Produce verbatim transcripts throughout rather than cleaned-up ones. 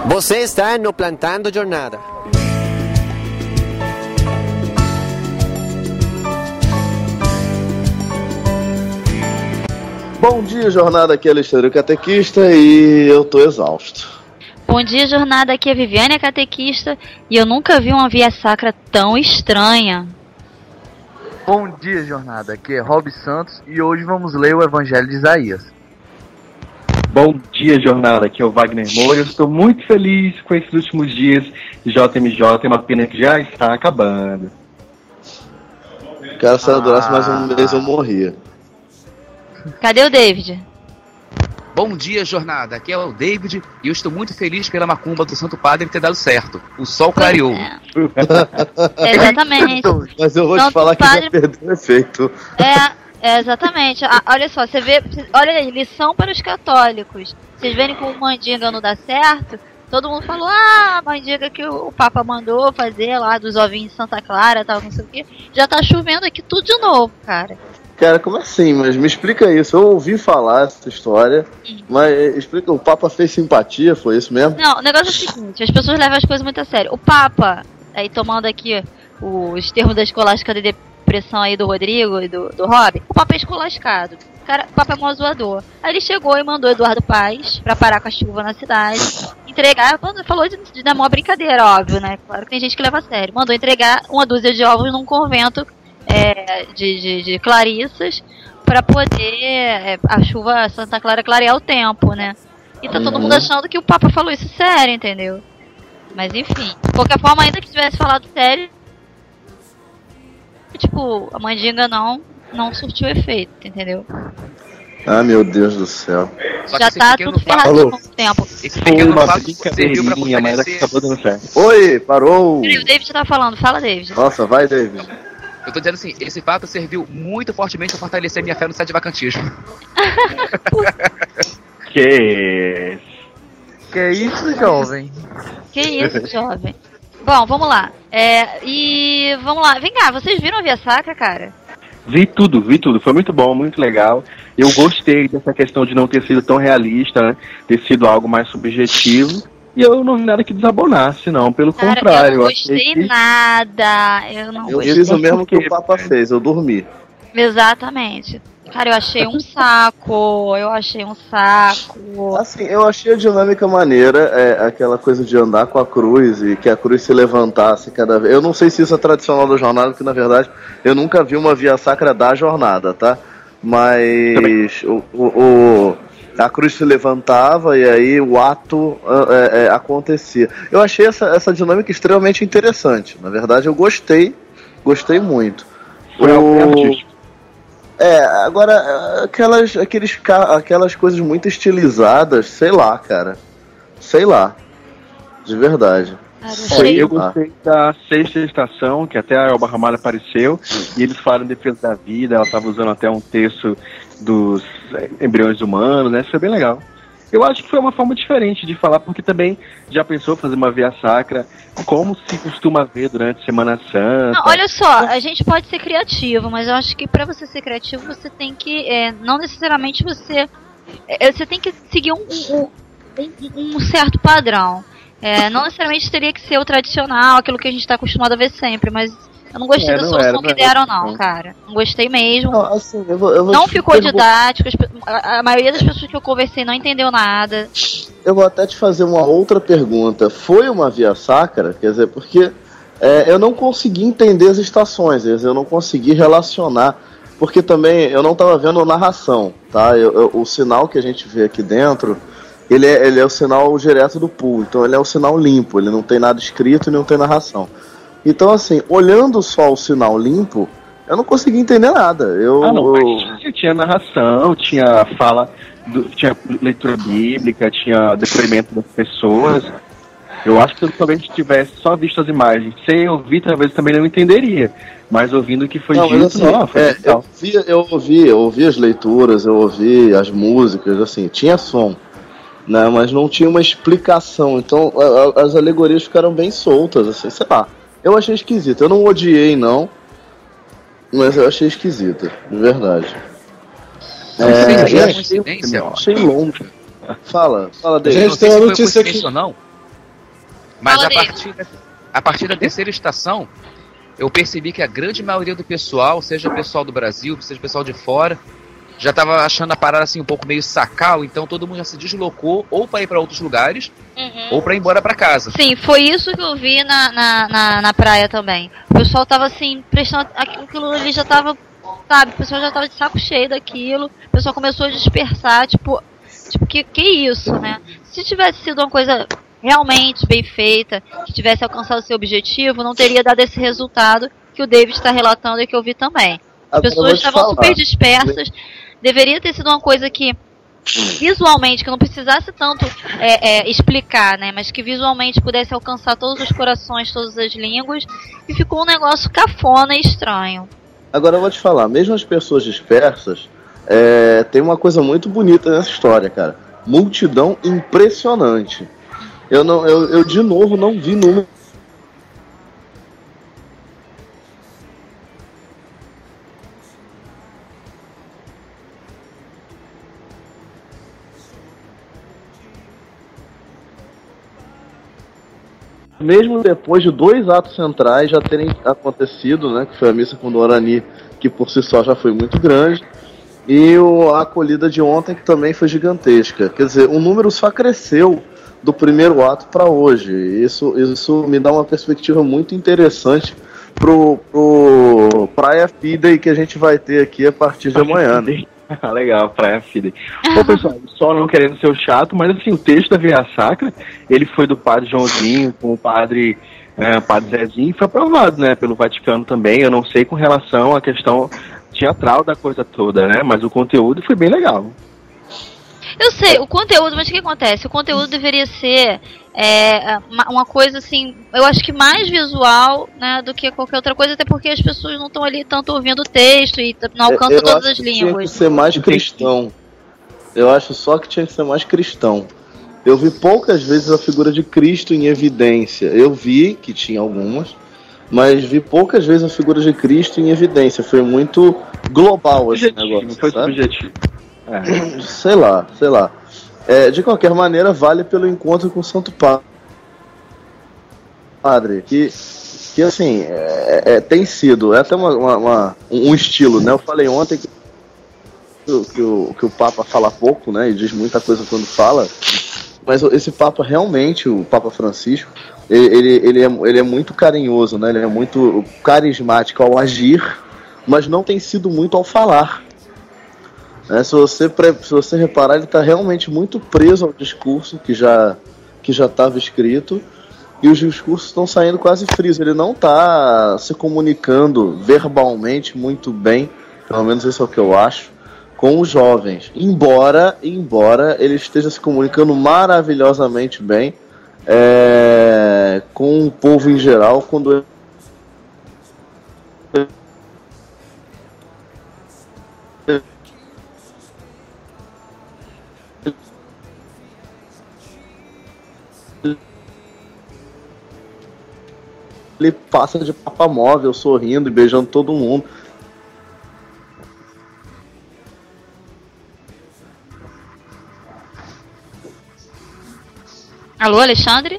Você está no Plantando Jornada. Bom dia, jornada, aqui é Alexandre, o catequista, e eu tô exausto. Bom dia, jornada, aqui é Viviane, a catequista, e eu nunca vi uma via sacra tão estranha. Bom dia, jornada, aqui é Rob Santos, e hoje vamos ler o Evangelho de Isaías. Bom dia, jornada, aqui é o Wagner Moura. Eu estou muito feliz com esses últimos dias de J M J, é uma pena que já está acabando. Cara, se eu durasse mais um mês eu morria. Cadê o David? Bom dia, jornada, aqui é o David e eu estou muito feliz pela macumba do Santo Padre ter dado certo. O sol clareou. É. Exatamente. Mas eu vou Santo te falar Padre... que já perdeu o efeito. É... É, exatamente. Ah, olha só, você vê. Olha aí, lição para os católicos. Vocês verem como o mandinga não dá certo. Todo mundo falou, ah, mandinga que o, o Papa mandou fazer lá dos ovinhos de Santa Clara, tal, não sei o que. Já tá chovendo aqui tudo de novo, cara. Cara, como assim? Mas me explica isso. Eu ouvi falar essa história, hum. mas explica, o Papa fez simpatia, foi isso mesmo? Não, o negócio é o seguinte, as pessoas levam as coisas muito a sério. O Papa, aí tomando aqui os termos da escolástica de pressão aí do Rodrigo e do, do Rob, o Papa é escolascado. O, cara, o Papa é mó zoador. Aí ele chegou e mandou Eduardo Paes pra parar com a chuva na cidade, entregar, falou de, de dar mó brincadeira, óbvio, né? Claro que tem gente que leva a sério. Mandou entregar uma dúzia de ovos num convento é, de, de, de clarissas pra poder é, a chuva Santa Clara clarear o tempo, né? E tá uhum. todo mundo achando que o Papa falou isso sério, entendeu? Mas enfim, de qualquer forma, ainda que tivesse falado sério, tipo, a mandinga não, não surtiu efeito, entendeu? Ah, meu Deus do céu. Já tá tudo ferrado ao mesmo tempo. Esse pequeno fato serviu pra fortalecer... Oi, parou! O David tá falando, fala, David. Nossa, vai, David. Eu tô dizendo assim, esse fato serviu muito fortemente pra fortalecer minha fé no site de vacantismo. Que... Que isso, jovem? Que isso, jovem? Bom, vamos lá. É, e vamos lá. Vem cá, vocês viram a Via Sacra, cara? Vi tudo, vi tudo. Foi muito bom, muito legal. Eu gostei dessa questão de não ter sido tão realista, né? Ter sido algo mais subjetivo. E eu não vi nada que desabonasse, não. Pelo cara, contrário. Eu não gostei que... nada. Eu não Eu gostei. fiz o mesmo que o Papa fez, eu dormi. Exatamente. Cara, eu achei um saco, eu achei um saco. Assim, eu achei a dinâmica maneira, é, aquela coisa de andar com a cruz e que a cruz se levantasse cada vez. Eu não sei se isso é tradicional da jornada, porque na verdade eu nunca vi uma via sacra da jornada, tá? Mas o, o, o, a cruz se levantava e aí o ato é, é, acontecia. Eu achei essa, essa dinâmica extremamente interessante. Na verdade eu gostei, gostei muito. Foi o... É, agora, aquelas, aqueles, aquelas coisas muito estilizadas, sei lá, cara. Sei lá. De verdade. Cara, eu gostei da sexta estação, que até a Elba Ramalho apareceu, e eles falaram em defesa da vida, ela estava usando até um texto dos embriões humanos, né? Isso foi bem legal. Eu acho que foi uma forma diferente de falar, porque também já pensou fazer uma via sacra, como se costuma ver durante Semana Santa. Não, olha só, a gente pode ser criativo, mas eu acho que pra você ser criativo, você tem que, é, não necessariamente você, é, você tem que seguir um, um, um, um certo padrão. É, não necessariamente teria que ser o tradicional, aquilo que a gente está acostumado a ver sempre, mas eu não gostei é, da não solução era, que deram, não, não, cara. Não gostei mesmo. Não, assim, eu vou, eu vou não ficou perguntar... didático, a, a maioria das pessoas que eu conversei não entendeu nada. Eu vou até te fazer uma outra pergunta. Foi uma via sacra? Quer dizer, porque é, eu não consegui entender as estações, eu não consegui relacionar, porque também eu não estava vendo narração, tá? Eu, eu, o sinal que a gente vê aqui dentro, ele é, ele é o sinal direto do pool, então ele é o sinal limpo, ele não tem nada escrito e não tem narração. Então, assim, olhando só o sinal limpo, eu não consegui entender nada. Eu, ah, não, eu... mas tinha narração, tinha fala, do, tinha leitura bíblica, tinha depoimento das pessoas. Eu acho que se eu talvez tivesse só visto as imagens, sem ouvir, talvez também não entenderia. Mas ouvindo o que foi não, dito, assim, não, foi é, eu, vi, eu, ouvi, eu ouvi as leituras, eu ouvi as músicas, assim, tinha som, né, mas não tinha uma explicação. Então, a, a, as alegorias ficaram bem soltas, assim, sei lá. Eu achei esquisito, eu não odiei não, mas eu achei esquisito, de verdade. Não, é, achei, achei longe. Fala, fala dele. Gente, tem uma notícia aqui. Não? Mas Fala a dele. partir, da, a partir da terceira estação, eu percebi que a grande maioria do pessoal, seja o pessoal do Brasil, seja o pessoal de fora, já estava achando a parada assim um pouco meio sacal, então todo mundo já se deslocou ou para ir para outros lugares, Uhum. ou para ir embora para casa. Sim, foi isso que eu vi na, na, na, na praia também. O pessoal tava assim, prestando. Aquilo ali já tava. Sabe, o pessoal já tava de saco cheio daquilo. O pessoal começou a dispersar, tipo. Tipo, que, que isso, né? Se tivesse sido uma coisa realmente bem feita, que tivesse alcançado o seu objetivo, não teria dado esse resultado que o David está relatando e que eu vi também. As Agora eu vou pessoas te estavam falar. super dispersas. Deveria ter sido uma coisa que visualmente, que não precisasse tanto é, é, explicar, né? Mas que visualmente pudesse alcançar todos os corações, todas as línguas. E ficou um negócio cafona e estranho. Agora eu vou te falar, mesmo as pessoas dispersas, é, tem uma coisa muito bonita nessa história, cara. Multidão impressionante. Eu, não, eu, eu de novo não vi número. Mesmo depois de dois atos centrais já terem acontecido, né, que foi a missa com o Dorani, que por si só já foi muito grande, e o, a acolhida de ontem, que também foi gigantesca. Quer dizer, o número só cresceu do primeiro ato para hoje. Isso, isso me dá uma perspectiva muito interessante pro, pro Praia Fidei que a gente vai ter aqui a partir de amanhã. Né? Legal, Praia Fidei. Bom, pessoal, só não querendo ser o chato, mas assim, o texto da Via Sacra, ele foi do padre Joãozinho com o padre, é, padre Zezinho, e foi aprovado, né, pelo Vaticano também. Eu não sei com relação à questão teatral da coisa toda, né, mas o conteúdo foi bem legal. Eu sei, o conteúdo, mas o que acontece? O conteúdo deveria ser é, uma coisa assim, eu acho que mais visual, né, do que qualquer outra coisa, até porque as pessoas não estão ali tanto ouvindo o texto e não alcançam eu todas acho as que línguas. Tinha que ser mais cristão. Eu acho só que tinha que ser mais cristão. Eu vi poucas vezes a figura de Cristo em evidência. Eu vi que tinha algumas, mas vi poucas vezes a figura de Cristo em evidência. Foi muito global esse negócio. Foi sabe? subjetivo. É. Sei lá, sei lá. É, de qualquer maneira, vale pelo encontro com o Santo Padre, que, que assim, é, é, tem sido, é até uma, uma, uma, um estilo, né? Eu falei ontem que, que, o, que o Papa fala pouco, né? E diz muita coisa quando fala, mas esse Papa realmente, o Papa Francisco, ele, ele, ele, é, ele é muito carinhoso, né? Ele é muito carismático ao agir, mas não tem sido muito ao falar. É, se, você, se você reparar, ele está realmente muito preso ao discurso que já que já estava escrito, e os discursos estão saindo quase frios. Ele não está se comunicando verbalmente muito bem, pelo menos isso é o que eu acho, com os jovens. Embora, embora ele esteja se comunicando maravilhosamente bem é, com o povo em geral, quando ele passa de papa móvel, sorrindo e beijando todo mundo. Alô, Alexandre?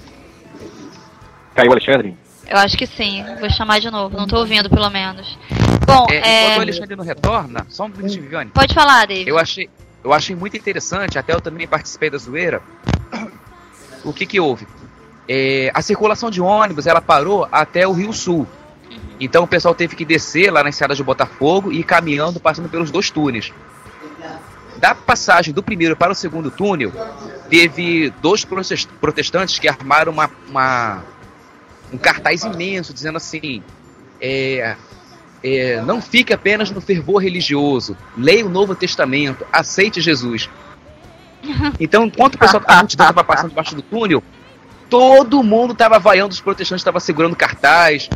Caiu, Alexandre? Eu acho que sim, vou chamar de novo, não tô ouvindo pelo menos. Bom, É, é... Enquanto o Alexandre não retorna, só um minutinho, Viviane. Pode falar, David. Eu achei, eu achei muito interessante, até eu também participei da zoeira. O que que houve? É, a circulação de ônibus, ela parou até o Rio Sul. Então o pessoal teve que descer lá na estrada de Botafogo e ir caminhando, passando pelos dois túneis. Da passagem do primeiro para o segundo túnel, teve dois protestantes que armaram uma, uma, um cartaz imenso, dizendo assim... É, é, não fique apenas no fervor religioso, leia o Novo Testamento, aceite Jesus. Então, enquanto o pessoal estava passando debaixo do túnel, todo mundo estava vaiando, os protestantes estavam segurando cartaz,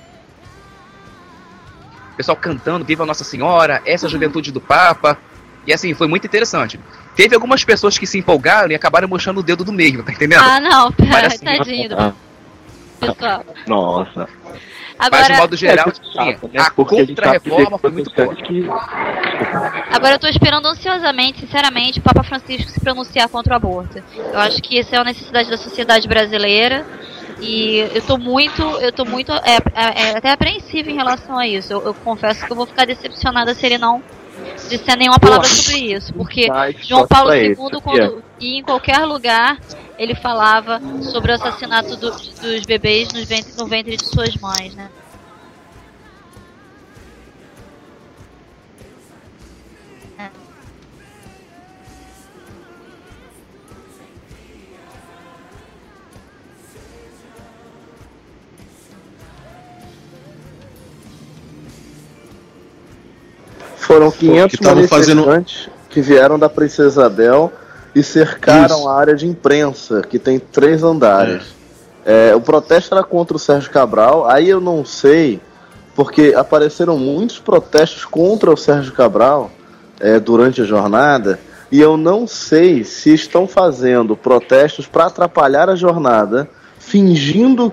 o pessoal cantando Viva Nossa Senhora, essa é a juventude do Papa. E assim, foi muito interessante. Teve algumas pessoas que se empolgaram e acabaram mostrando o dedo do meio, tá entendendo? Ah, não, pera, assim, tadinho do pessoal. Nossa. Agora, Mas de modo geral, É, sim, chato, né? a Porque a gente sabe contra-reforma que foi muito boa. que- agora eu tô esperando ansiosamente, sinceramente, o Papa Francisco se pronunciar contra o aborto. Eu acho que isso é uma necessidade da sociedade brasileira. E eu tô muito, eu tô muito é, é, é, até apreensiva em relação a isso. Eu, eu confesso que eu vou ficar decepcionada se ele não disser nenhuma palavra sobre isso. Porque João Paulo segundo, quando ia em qualquer lugar, ele falava sobre o assassinato do, dos bebês no ventre, no ventre de suas mães, né? Foram quinhentos que manifestantes fazendo... que vieram da Princesa Isabel e cercaram Isso. a área de imprensa, que tem três andares. É. É, o protesto era contra o Sérgio Cabral, aí eu não sei, porque apareceram muitos protestos contra o Sérgio Cabral é, durante a jornada, e eu não sei se estão fazendo protestos para atrapalhar a jornada, fingindo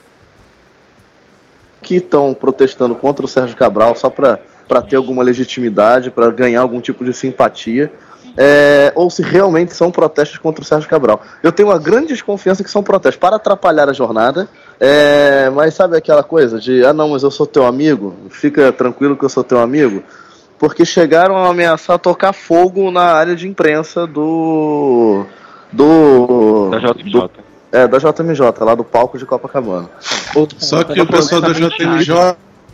que estão protestando contra o Sérgio Cabral só para para ter alguma legitimidade, para ganhar algum tipo de simpatia, é, ou se realmente são protestos contra o Sérgio Cabral. Eu tenho uma grande desconfiança que são protestos para atrapalhar a jornada, é, mas sabe aquela coisa de, ah não, mas eu sou teu amigo, fica tranquilo que eu sou teu amigo, porque chegaram a ameaçar tocar fogo na área de imprensa do... do... da J M J. Do, é, da J M J, lá do palco de Copacabana. Só que o pessoal da J M J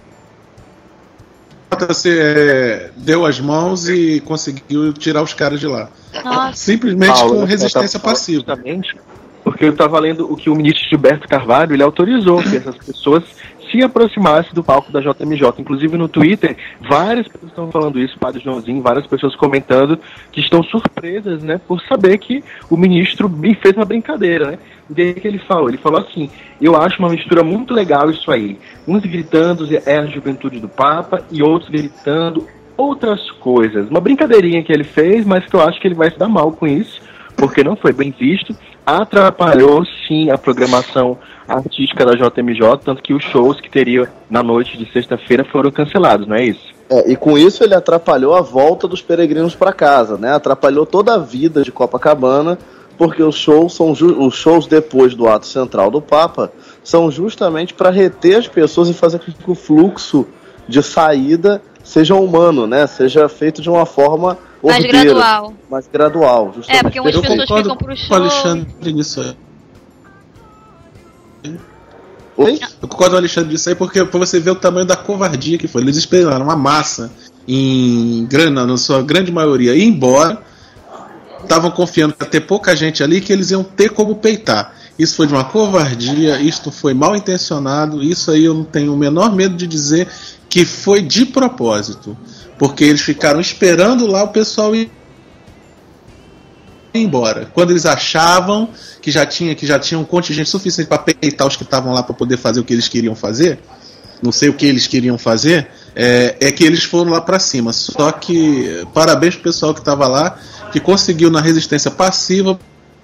É, deu as mãos e conseguiu tirar os caras de lá. Nossa. Simplesmente Paulo, com resistência tá passiva. Justamente porque eu estava lendo o que o ministro Gilberto Carvalho ele autorizou que essas pessoas se aproximassem do palco da J M J. Inclusive no Twitter, várias pessoas estão falando isso, Padre Joãozinho, várias pessoas comentando que estão surpresas, né, por saber que o ministro fez uma brincadeira, né? E daí que ele falou, ele falou assim, eu acho uma mistura muito legal isso aí, uns gritando é a juventude do Papa e outros gritando outras coisas, uma brincadeirinha que ele fez, mas que eu acho que ele vai se dar mal com isso, porque não foi bem visto, atrapalhou sim a programação artística da J M J, tanto que os shows que teria na noite de sexta-feira foram cancelados, não é isso? É, e com isso ele atrapalhou a volta dos peregrinos para casa, né? Atrapalhou toda a vida de Copacabana, porque os shows são ju- os shows depois do ato central do Papa são justamente para reter as pessoas e fazer com que o fluxo de saída seja humano, né? Seja feito de uma forma mais ordeira, gradual. mais gradual, justamente. É, porque umas Eu pessoas concordo ficam pro com o show. Alexandre nisso aí. Oi? Eu concordo com o Alexandre disso aí, porque pra você ver o tamanho da covardia que foi. Eles esperaram uma massa em grana, na sua grande maioria, ir embora. Estavam confiando que ia ter pouca gente ali, que eles iam ter como peitar. Isso foi de uma covardia, isso foi mal intencionado, isso aí eu não tenho o menor medo de dizer que foi de propósito. Porque eles ficaram esperando lá o pessoal ir embora. Quando eles achavam que já tinha, que já tinha um contingente suficiente para peitar os que estavam lá para poder fazer o que eles queriam fazer, não sei o que eles queriam fazer, é, é que eles foram lá para cima. Só que parabéns pro pessoal que estava lá, que conseguiu na resistência passiva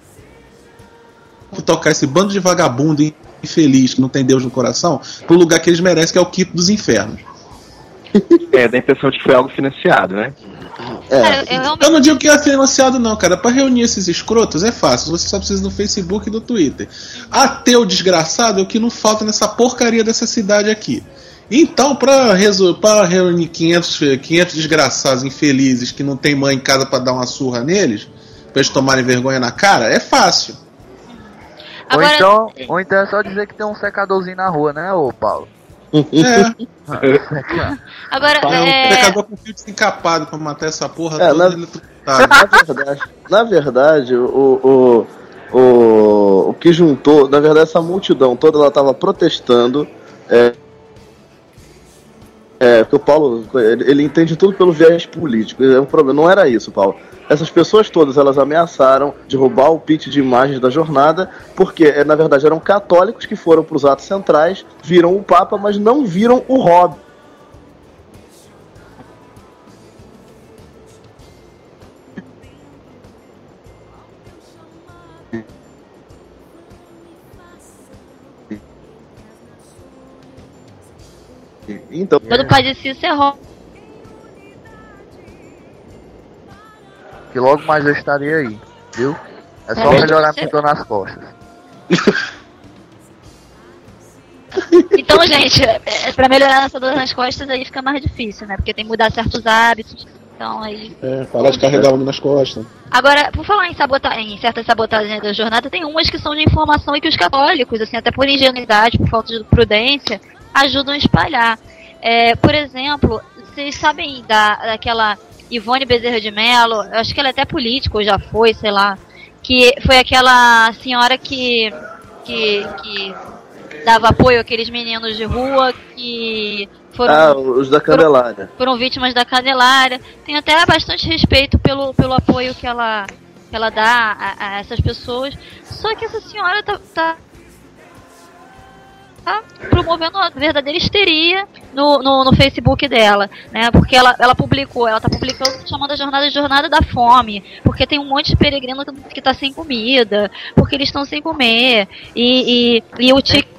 tocar esse bando de vagabundo infeliz que não tem Deus no coração pro lugar que eles merecem, que é o quinto dos infernos. É, dá a impressão de que foi algo financiado, né? É. Cara, eu, realmente... Eu não digo que é financiado não, cara. Pra reunir esses escrotos é fácil. Você só precisa do Facebook e do Twitter. Ateu desgraçado é o que não falta nessa porcaria dessa cidade aqui. Então, pra, resol... pra reunir quinhentos, quinhentos desgraçados infelizes que não tem mãe em casa pra dar uma surra neles, pra eles tomarem vergonha na cara, é fácil. Agora... Ou, então, ou então é só dizer que tem um secadorzinho na rua, né, ô Paulo? É. Agora, Um é... pecador com fio desencapado pra matar essa porra É, toda. na- Ele tá... Na verdade, na verdade o, o, o, o que juntou, na verdade, essa multidão toda, ela estava protestando. É, é, porque o Paulo, ele, ele entende tudo pelo viés político. É um problema. Não era isso, Paulo. Essas pessoas todas, elas ameaçaram derrubar o pitch de imagens da jornada, porque, é, na verdade, eram católicos que foram para os atos centrais, viram o Papa, mas não viram o Hobbes. Então, Quando o Padre Cícero errou. Que logo mais eu estarei aí, viu? É só É. melhorar minha dor nas costas. Então, gente, é, pra melhorar essa dor nas costas aí fica mais difícil, né? Porque tem que mudar certos hábitos. Então aí. É, parar de carregar o homem nas costas. Agora, por falar em, sabota em certas sabotagens da jornada, tem umas que são de informação e que os católicos, assim, até por ingenuidade, por falta de prudência, ajudam a espalhar. É, por exemplo, vocês sabem da, daquela Ivone Bezerra de Mello, eu acho que ela é até política, ou já foi, sei lá, que foi aquela senhora que, que, que dava apoio àqueles meninos de rua que foram, ah, os da Candelária. Foram, foram vítimas da Candelária. Tem até bastante respeito pelo, pelo apoio que ela, que ela dá a, a essas pessoas. Só que essa senhora tá, tá, tá promovendo uma verdadeira histeria no, no, no Facebook dela, né? Porque ela, ela publicou, ela tá publicando chamando a jornada de jornada da fome, porque tem um monte de peregrino que, que tá sem comida, porque eles estão sem comer, e, e, e o ticket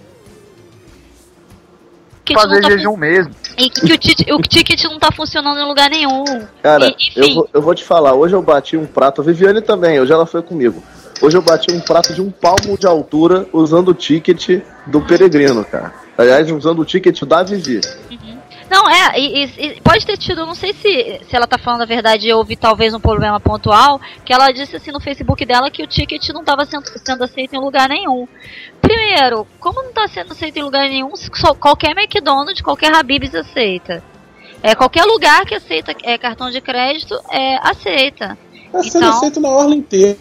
fazer tá jejum mesmo. E que, que o, ticket, o ticket não tá funcionando em lugar nenhum. Cara, e, eu, vou, eu vou te falar, hoje eu bati um prato, a Viviane também, hoje ela foi comigo. Hoje eu bati um prato de um palmo de altura usando o ticket do peregrino, cara. Aliás, usando o ticket da Vivi. Uhum. Não, é, e, e pode ter tido, não sei se, se ela tá falando a verdade e houve talvez um problema pontual, que ela disse assim no Facebook dela que o ticket não estava sendo, sendo aceito em lugar nenhum. Primeiro, como não está sendo aceito em lugar nenhum, só, qualquer McDonald's, qualquer Habib's aceita. É, qualquer lugar que aceita é, cartão de crédito, é, aceita. Tá sendo então, aceito na orla inteira.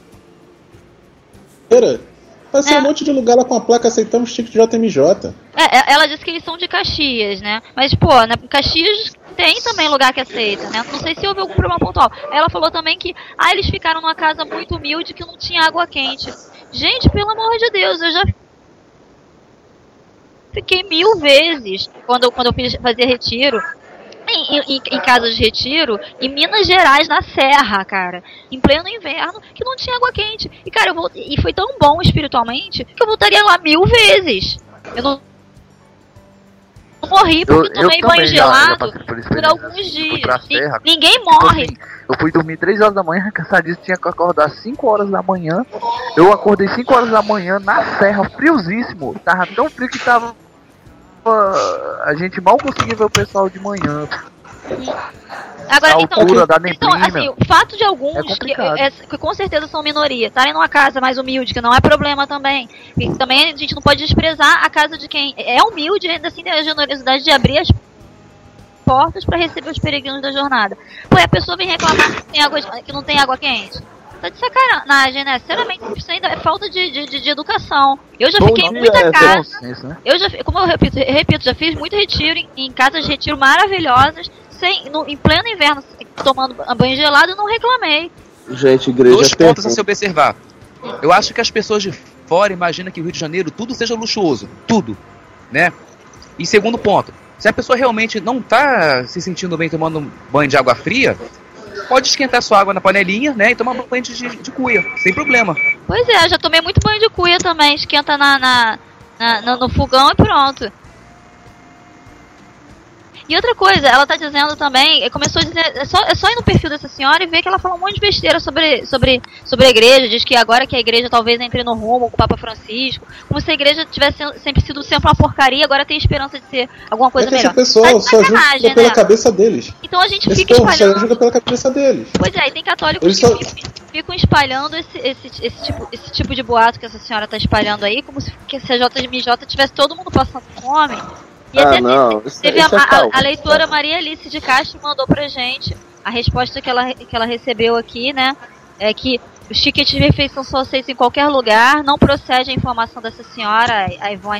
Vai ser é. um monte de lugar lá com a placa aceitamos ticket de J M J. É, ela disse que eles são de Caxias, né? Mas, pô, né, Caxias tem também lugar que aceita, né? Não sei se houve algum problema pontual. Ela falou também que, ah, eles ficaram numa casa muito humilde que não tinha água quente. Gente, pelo amor de Deus, eu já fiquei mil vezes quando, quando eu fazia retiro. Em, em, em casa de retiro, em Minas Gerais, na Serra, cara, em pleno inverno, que não tinha água quente. E, cara, eu voltei, e foi tão bom espiritualmente que eu voltaria lá mil vezes. Eu não, não morri porque eu, tomei eu banho gelado já, por, por alguns dias. Serra, ninguém morre. Tipo assim, eu fui dormir três horas da manhã, cansadíssimo, tinha que acordar cinco horas da manhã. Eu acordei cinco horas da manhã na Serra, friosíssimo. Tava tão frio que tava. A gente mal conseguia ver o pessoal de manhã. Agora, a então, altura da então assim, o fato de alguns, é que, é, que com certeza são minoria, estarem numa casa mais humilde, que não é problema também. E também a gente não pode desprezar a casa de quem é humilde, ainda assim tem a generosidade de abrir as portas para receber os peregrinos da jornada. Pô, a pessoa vem reclamar que, tem água, que não tem água quente. Tá de sacanagem, né? Sinceramente, isso ainda é falta de, de, de educação. Eu já Bom fiquei em dia, muita é, casa. Senso, né? Eu já, como eu repito, repito, já fiz muito retiro em, em casas de retiro maravilhosas, sem, no, em pleno inverno, tomando banho gelado, e não reclamei. Gente, igreja. Dois é pontos perfeito. a se observar. Eu acho que as pessoas de fora imaginam que o Rio de Janeiro tudo seja luxuoso. Tudo. Né? E segundo ponto, se a pessoa realmente não tá se sentindo bem tomando um banho de água fria, pode esquentar sua água na panelinha, né, e tomar um banho de, de cuia, sem problema. Pois é, já tomei muito banho de cuia também, esquenta na, na, na, no, no fogão e pronto. E outra coisa, ela tá dizendo também, começou a dizer, é só, é só ir no perfil dessa senhora e ver que ela fala um monte de besteira sobre, sobre, sobre a igreja, diz que agora que a igreja talvez entre no rumo com o Papa Francisco, como se a igreja tivesse sempre sido sempre uma porcaria, agora tem esperança de ser alguma coisa é que melhor. esse pessoal Tá só julga né? pela cabeça deles. Então a gente Esse fica povo só espalhando... julga pela cabeça deles. Pois é, e tem católicos Eles que só... ficam espalhando esse, esse, esse, tipo, esse tipo de boato que essa senhora tá espalhando aí, como se que se a J M J tivesse todo mundo passando fome. E Ah, até não, teve, isso- teve isso a, é a- calma. a leitora Maria Alice de Castro mandou pra gente a resposta que ela, que ela recebeu aqui, né? É que os tickets de refeição são aceitos em qualquer lugar, não procede a informação dessa senhora, a Ivone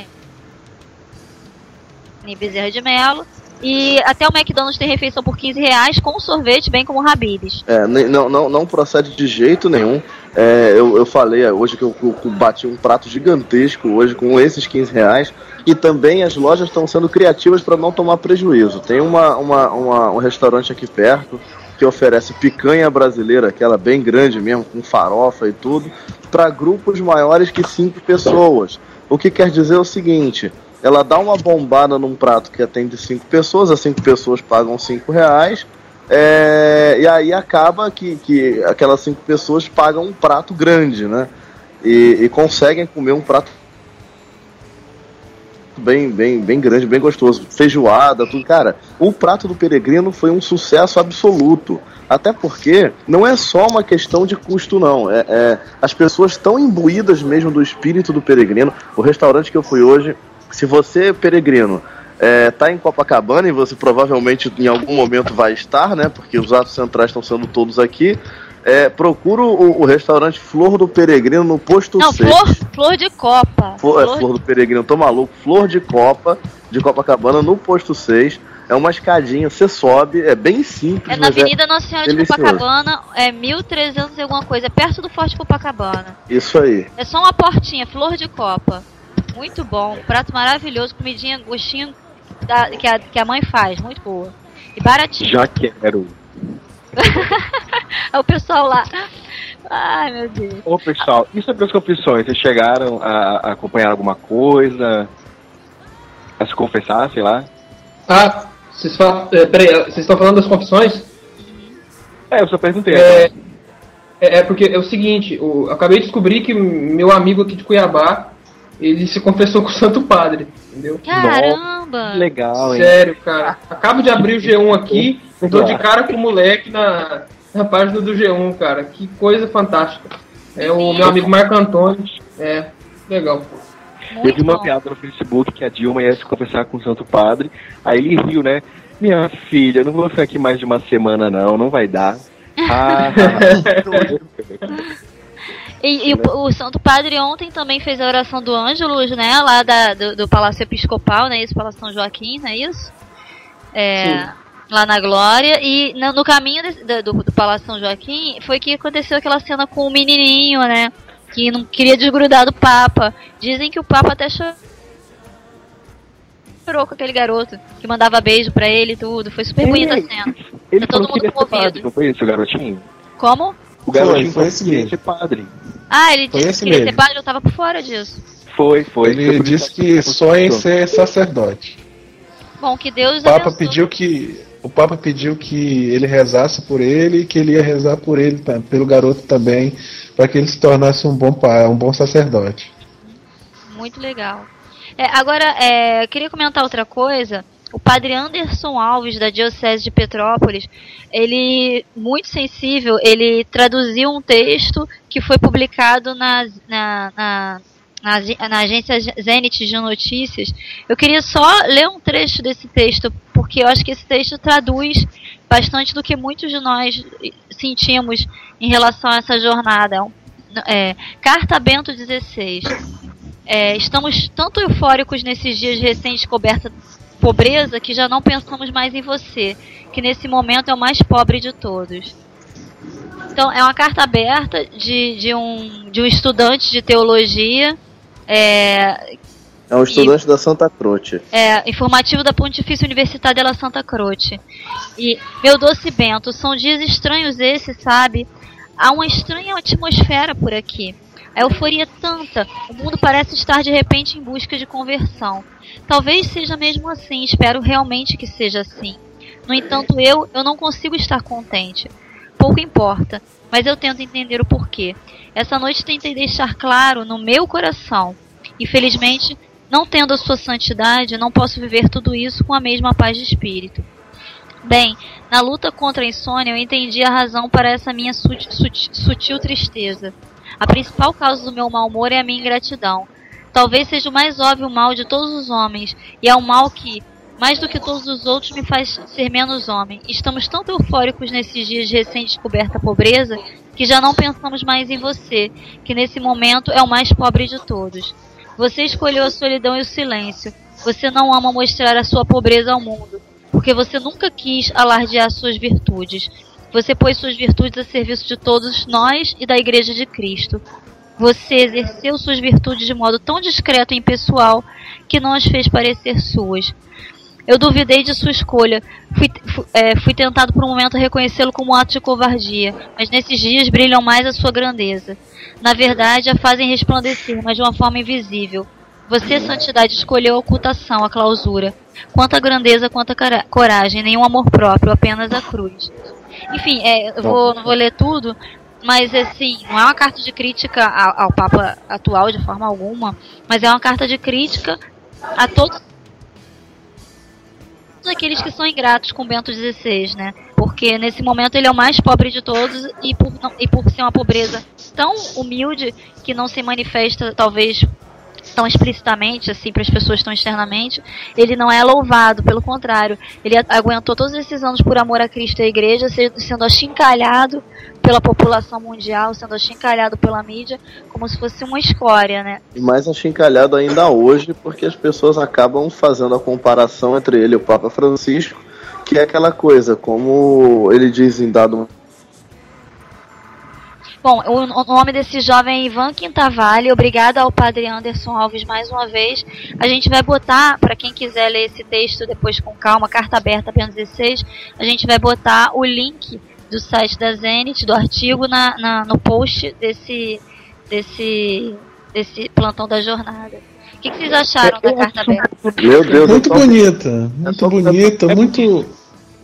Bezerra de Mello. E até o McDonald's tem refeição por quinze reais com sorvete, bem como Habib's. É, nem- não, não, não procede de jeito nenhum. É, eu, eu falei é, hoje que eu, que eu bati um prato gigantesco hoje com esses quinze reais. E também as lojas estão sendo criativas para não tomar prejuízo. Tem uma, uma, uma, um restaurante aqui perto que oferece picanha brasileira, aquela bem grande mesmo, com farofa e tudo, para grupos maiores que cinco pessoas. O que quer dizer o seguinte: ela dá uma bombada num prato que atende cinco pessoas, as cinco pessoas pagam cinco reais, é, e aí acaba que, que aquelas cinco pessoas pagam um prato grande, né? E, e conseguem comer um prato bem, bem, bem grande, bem gostoso. Feijoada, tudo. Cara, o prato do Peregrino foi um sucesso absoluto. Até porque não é só uma questão de custo, não. É, é, as pessoas estão imbuídas mesmo do espírito do Peregrino. O restaurante que eu fui hoje, se você, Peregrino, é, tá em Copacabana, e você provavelmente em algum momento vai estar, né? Porque os atos centrais estão sendo todos aqui. É, procura o, o restaurante Flor do Peregrino no posto Não, seis. flor, flor de copa. Flor, Flor é, Flor do Peregrino, tô maluco. Flor de Copa, de Copacabana, no posto seis. É uma escadinha, você sobe, é bem simples. É na mas Avenida Nossa Senhora de delicioso. Copacabana, é mil e trezentos e alguma coisa, perto do Forte Copacabana. Isso aí. É só uma portinha, Flor de Copa. Muito bom, prato maravilhoso, comidinha, gostinho da, que, a, que a mãe faz, muito boa. E baratinho. Já quero. É o pessoal lá. Ai, meu Deus. Ô, pessoal, e sobre as confissões? Vocês chegaram a, a acompanhar alguma coisa? A se confessar, sei lá? Ah, vocês falam. É, peraí, vocês estão falando das confissões? É, eu só perguntei. É, então. é, é porque é o seguinte, eu acabei de descobrir que meu amigo aqui de Cuiabá, ele se confessou com o Santo Padre, entendeu? Caramba! Legal, hein? Sério, cara. Acabo de abrir o G um aqui, tô de cara com o moleque na, na página do G um, cara. Que coisa fantástica. É o meu amigo Marco Antônio. É, legal. Eu vi uma piada no Facebook que a Dilma ia se confessar com o Santo Padre. Aí ele riu, né? Minha filha, não vou ficar aqui mais de uma semana, não. Não vai dar. Ah, E, e o, o Santo Padre ontem também fez a oração do Ângelus, né? Lá da, do, do Palácio Episcopal, né? Isso, Palácio São Joaquim, não é isso? É, lá na Glória. E no, no caminho desse, do, do Palácio São Joaquim foi que aconteceu aquela cena com o menininho, né? Que não queria desgrudar do Papa. Dizem que o Papa até chorou com aquele garoto, que mandava beijo pra ele e tudo. Foi super bonita a cena. Ele Tá todo falou que mundo ele ia ser padre, comovido. não foi isso, o garotinho? Como? O garotinho Foi, foi esse queria mesmo. ser padre. Ah, ele Foi disse esse que queria ser mesmo. padre, eu tava por fora disso. Foi, foi. Foi Ele por disse isso que sonha em ser sacerdote. Bom, que Deus O Papa abençoe. pediu que o Papa pediu que ele rezasse por ele e que ele ia rezar por ele, tá, pelo garoto também, para que ele se tornasse um bom pai, um bom sacerdote. Muito legal. É, agora, é, eu queria comentar outra coisa. O padre Anderson Alves, da Diocese de Petrópolis, ele, muito sensível, ele traduziu um texto que foi publicado na, na, na, na, na agência Zenit de Notícias. Eu queria só ler um trecho desse texto, porque eu acho que esse texto traduz bastante do que muitos de nós sentimos em relação a essa jornada. É, Carta a Bento dezesseis. É, estamos tanto eufóricos nesses dias de recém-descoberta pobreza que já não pensamos mais em você, que nesse momento é o mais pobre de todos. Então, é uma carta aberta de, de, um, de um estudante de teologia, é, É um estudante e, da Santa Croce. É, informativo da Pontifícia Universidade della Santa Croce. E, meu doce Bento, são dias estranhos esses, sabe? Há uma estranha atmosfera por aqui. A euforia é tanta, o mundo parece estar de repente em busca de conversão. Talvez seja mesmo assim, espero realmente que seja assim. No entanto, eu, eu não consigo estar contente. Pouco importa, mas eu tento entender o porquê. Essa noite tentei deixar claro no meu coração. Infelizmente, não tendo a sua santidade, não posso viver tudo isso com a mesma paz de espírito. Bem, na luta contra a insônia, eu entendi a razão para essa minha sutil, sutil, sutil tristeza. A principal causa do meu mau humor é a minha ingratidão. Talvez seja o mais óbvio mal de todos os homens, e é um mal que, mais do que todos os outros, me faz ser menos homem. Estamos tão eufóricos nesses dias de recém-descoberta pobreza, que já não pensamos mais em você, que nesse momento é o mais pobre de todos. Você escolheu a solidão e o silêncio. Você não ama mostrar a sua pobreza ao mundo, porque você nunca quis alardear suas virtudes. Você pôs suas virtudes a serviço de todos nós e da Igreja de Cristo. Você exerceu suas virtudes de modo tão discreto e impessoal que não as fez parecer suas. Eu duvidei de sua escolha. Fui, fui, é, fui tentado por um momento a reconhecê-lo como um ato de covardia, mas nesses dias brilham mais a sua grandeza. Na verdade, a fazem resplandecer, mas de uma forma invisível. Você, santidade, escolheu a ocultação, a clausura. Quanta grandeza, quanta coragem, nenhum amor próprio, apenas a cruz. Enfim, é, eu vou, não vou ler tudo, mas assim, não é uma carta de crítica ao, ao Papa atual de forma alguma, mas é uma carta de crítica a todos aqueles que são ingratos com Bento dezesseis, né? Porque nesse momento ele é o mais pobre de todos e por, não, e por ser uma pobreza tão humilde que não se manifesta talvez tão explicitamente assim para as pessoas tão externamente, ele não é louvado, pelo contrário, ele aguentou todos esses anos por amor a Cristo e a Igreja, sendo achincalhado pela população mundial, sendo achincalhado pela mídia, como se fosse uma escória, né? E mais achincalhado ainda hoje, porque as pessoas acabam fazendo a comparação entre ele e o Papa Francisco, que é aquela coisa, como ele diz em dado... Bom, o, o nome desse jovem é Ivan Quintavalle. Obrigada ao padre Anderson Alves mais uma vez. A gente vai botar, para quem quiser ler esse texto depois com calma, carta aberta, Bento dezesseis, a gente vai botar o link do site da Zenit, do artigo, na, na, no post desse, desse, desse plantão da jornada. O que, que vocês acharam da carta aberta? Meu Deus, muito tô... bonita, muito bonita, muito...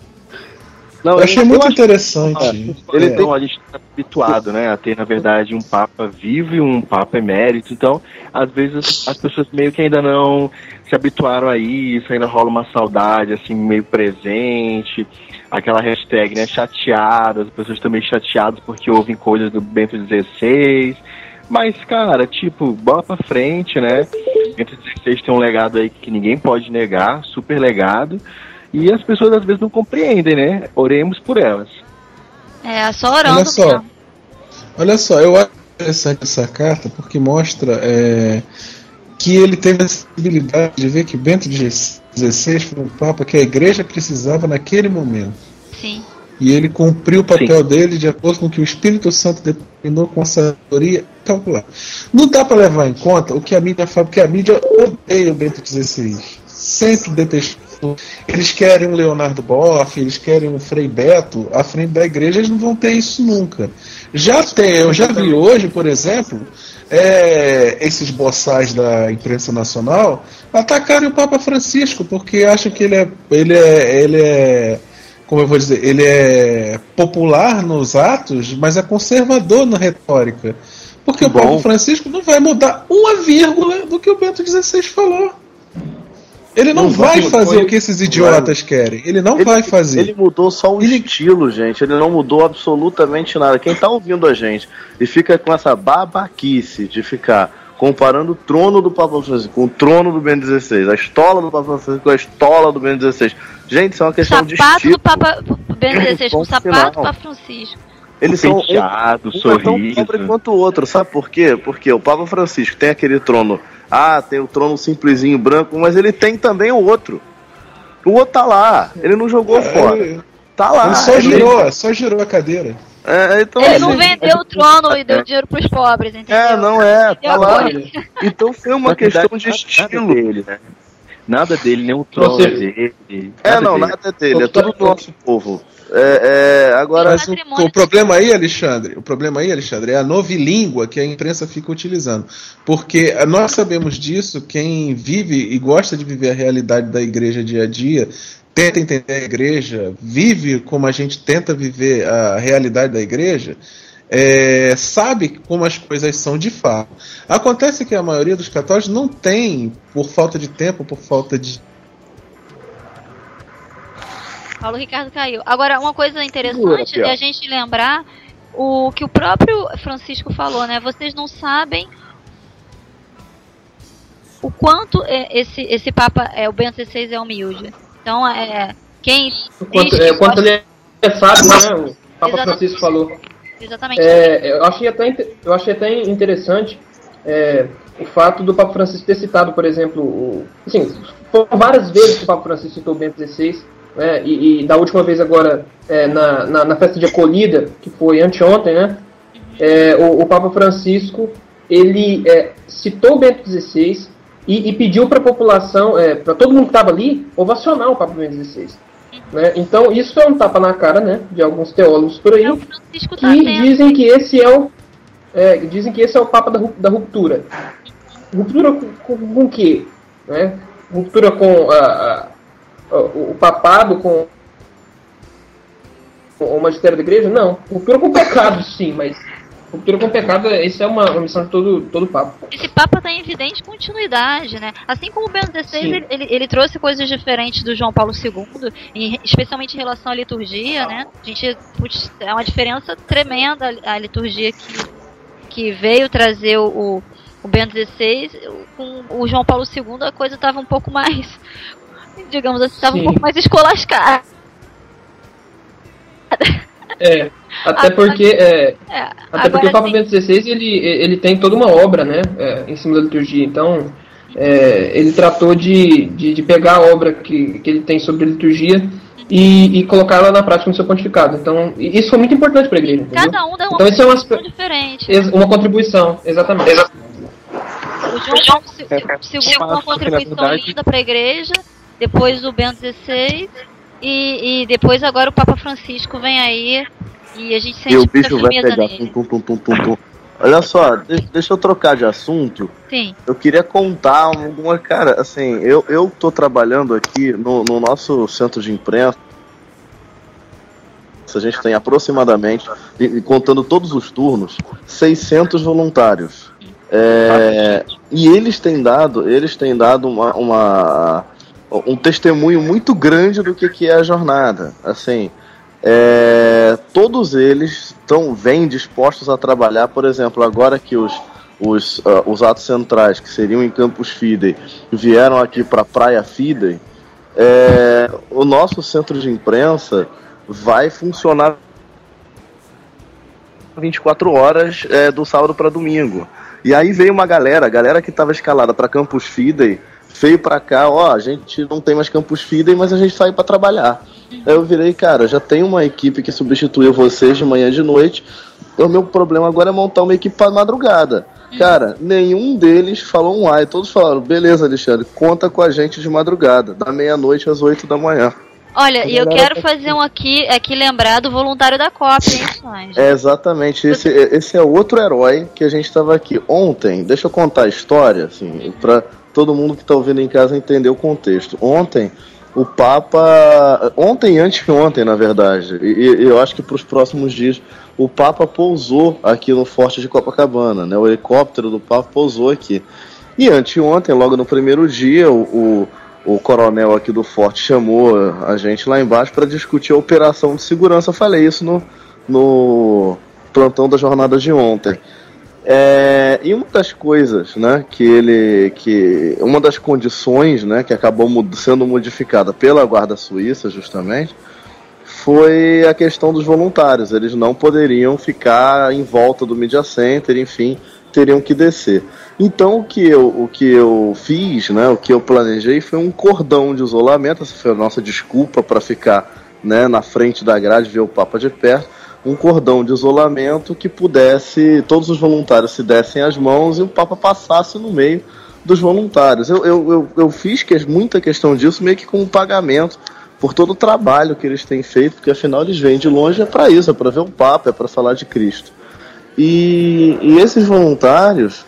Não, eu achei eu muito acho... interessante. Ele é. tem, a gente está habituado, né, a ter, na verdade, um Papa vivo e um Papa emérito. Então, às vezes, as pessoas meio que ainda não se habituaram a isso, ainda rola uma saudade, assim, meio presente. Aquela hashtag, né, chateadas, as pessoas também chateadas porque ouvem coisas do Bento dezesseis. Mas, cara, tipo, bola pra frente, né? Bento dezesseis tem um legado aí que ninguém pode negar, super legado. E as pessoas às vezes não compreendem, né? Oremos por elas. É, só orando. Olha só, mesmo. olha só, eu acho interessante essa carta porque mostra é, que ele teve a sensibilidade de ver que Bento dezesseis foi um Papa que a Igreja precisava naquele momento. Sim. E ele cumpriu o papel Sim. dele de acordo com o que o Espírito Santo determinou com a sabedoria calcular. Não dá para levar em conta o que a mídia fala, porque a mídia odeia o Bento dezesseis. Sempre detestou. Eles querem um Leonardo Boff, eles querem um Frei Beto à frente da igreja, eles não vão ter isso nunca. Já tem, eu já vi hoje, por exemplo, é, esses boçais da imprensa nacional atacarem o Papa Francisco, porque acham que ele é, ele é, ele é, como eu vou dizer, ele é popular nos atos, mas é conservador na retórica. Porque Bom. o Papa Francisco não vai mudar uma vírgula do que o Bento dezesseis falou. Ele não, não vai fazer o que esses idiotas vai. querem. Ele não ele, vai fazer. Ele mudou só o ele... estilo, gente. Ele não mudou absolutamente nada. Quem tá ouvindo a gente e fica com essa babaquice de ficar comparando o trono do Papa Francisco com o trono do Bento dezesseis, a estola do Papa Francisco com a estola do Bento dezesseis. Gente, isso é uma questão sapato de estilo. Do Papa Bento dezesseis com o sapato do Papa Francisco. Eles são penteado, um, um sorriso. é tão pobre quanto o outro. Sabe por quê? Porque o Papa Francisco tem aquele trono. Ah, tem o trono simplesinho branco, mas ele tem também o outro. O outro tá lá. Ele não jogou é, fora. Tá lá. Ele só girou, ele... só girou a cadeira. É, então, ele assim, não vendeu o trono e deu dinheiro pros pobres, entendeu? É, não é. Tá lá. Então foi uma questão de estilo dele, né? Nada dele, nem o trono Você... dele. É, não, dele. nada dele. É tudo do nosso povo. É, é, agora, Mas o, o problema aí, Alexandre, o problema aí, Alexandre, é a novilíngua que a imprensa fica utilizando. Porque nós sabemos disso, quem vive e gosta de viver a realidade da igreja dia a dia, tenta entender a igreja, vive como a gente tenta viver a realidade da igreja, é, sabe como as coisas são de fato. Acontece que a maioria dos católicos não tem, por falta de tempo, por falta de Paulo Ricardo caiu. Agora, uma coisa interessante é a gente lembrar o que o próprio Francisco falou, né? Vocês não sabem o quanto esse, esse Papa, é, o Bento dezesseis é humilde. Então, é, quem... O quanto, é, quanto ele é sábio, né? O Papa Exatamente. Francisco falou. Exatamente. É, eu, achei até, eu achei até interessante é, o fato do Papa Francisco ter citado, por exemplo, o, assim, foram várias vezes que o Papa Francisco citou o Bento dezesseis, É, e, e da última vez agora é, na, na, na festa de acolhida, que foi anteontem, né, é, o, o Papa Francisco ele é, citou o Bento dezesseis e, e pediu para a população, é, para todo mundo que estava ali, ovacionar o Papa Bento dezesseis. Né? Então isso é um tapa na cara, né, de alguns teólogos por aí, que tá dizem que esse é o é, dizem que esse é o Papa da, da ruptura. Ruptura com, com, com o quê? Né? Ruptura com a, a o papado com o magistério da igreja? Não. Ruptura com o pecado, sim, mas Ruptura com o pecado, isso é uma, uma missão de todo, todo Papa. Esse Papa está em evidente continuidade, né? Assim como o Bento dezesseis, ele, ele, ele trouxe coisas diferentes do João Paulo segundo, em, especialmente em relação à liturgia, né? A gente, putz, é uma diferença tremenda a, a liturgia que, que veio trazer o, o Bento dezesseis. Com o João Paulo segundo, a coisa estava um pouco mais, digamos assim, estava um pouco mais escolascada. É, até porque, é, é, até porque o Papa Bento dezesseis ele, ele tem toda uma obra, né, é, em cima da liturgia. Então, é, ele tratou de, de, de pegar a obra que, que ele tem sobre a liturgia e, e colocar ela na prática no seu pontificado. Então, isso foi muito importante para a igreja. Entendeu? Cada um dá uma então, esse é um aspecto diferente. Uma contribuição, exatamente. O João Paulo segundo uma contribuição linda para a igreja, depois o Bento dezesseis. E, e depois agora o Papa Francisco vem aí e a gente sente e o muita bicho vai firmeza pegar. nele. Tum, tum, tum, tum, tum. Olha só, deixa, deixa eu trocar de assunto. Sim. Eu queria contar alguma, cara, assim, eu, eu tô trabalhando aqui no, no nosso centro de imprensa. A gente tem aproximadamente, e, contando todos os turnos, seiscentos voluntários. É, e eles têm dado, eles têm dado uma, uma um testemunho muito grande do que, que é a jornada. Assim, é, todos eles estão bem dispostos a trabalhar. Por exemplo, agora que os, os, uh, os atos centrais, que seriam em Campus Fidei, vieram aqui para a Praia Fidei, é, o nosso centro de imprensa vai funcionar vinte e quatro horas é, do sábado para domingo. E aí veio uma galera, a galera que estava escalada para Campus Fidei, veio pra cá, ó, a gente não tem mais Campus Fidei, mas a gente sai pra trabalhar. Aí eu virei, cara, já tem uma equipe que substituiu vocês de manhã e de noite, o meu problema agora é montar uma equipe pra madrugada. Cara, nenhum deles falou um ai, todos falaram, beleza, Alexandre, conta com a gente de madrugada, da meia-noite às oito da manhã. Olha, e eu quero fazer um aqui, aqui lembrar do voluntário da Copa, hein, Anjo? É, exatamente, esse, esse é outro herói que a gente estava aqui. Ontem, deixa eu contar a história, assim, pra todo mundo que está ouvindo em casa entender o contexto. Ontem, o Papa... Ontem e anteontem, na verdade, e, e eu acho que para os próximos dias, o Papa pousou aqui no Forte de Copacabana, né? O helicóptero do Papa pousou aqui. E anteontem, logo no primeiro dia, o... o O coronel aqui do Forte chamou a gente lá embaixo para discutir a operação de segurança. Eu falei isso no, no plantão da jornada de ontem. É, e uma das coisas, né, que ele, que uma das condições, né, que acabou sendo modificada pela Guarda Suíça, justamente, foi a questão dos voluntários. Eles não poderiam ficar em volta do Media Center, enfim, teriam que descer. Então o que eu, o que eu fiz, né, o que eu planejei foi um cordão de isolamento. Essa foi a nossa desculpa para ficar, né, na frente da grade, ver o Papa de perto. Um cordão de isolamento que pudesse, todos os voluntários se dessem as mãos e o Papa passasse no meio dos voluntários. Eu, eu, eu, eu fiz que, muita questão disso meio que como pagamento por todo o trabalho que eles têm feito, porque afinal eles vêm de longe, é para isso, é para ver o Papa, é para falar de Cristo. E, e esses voluntários,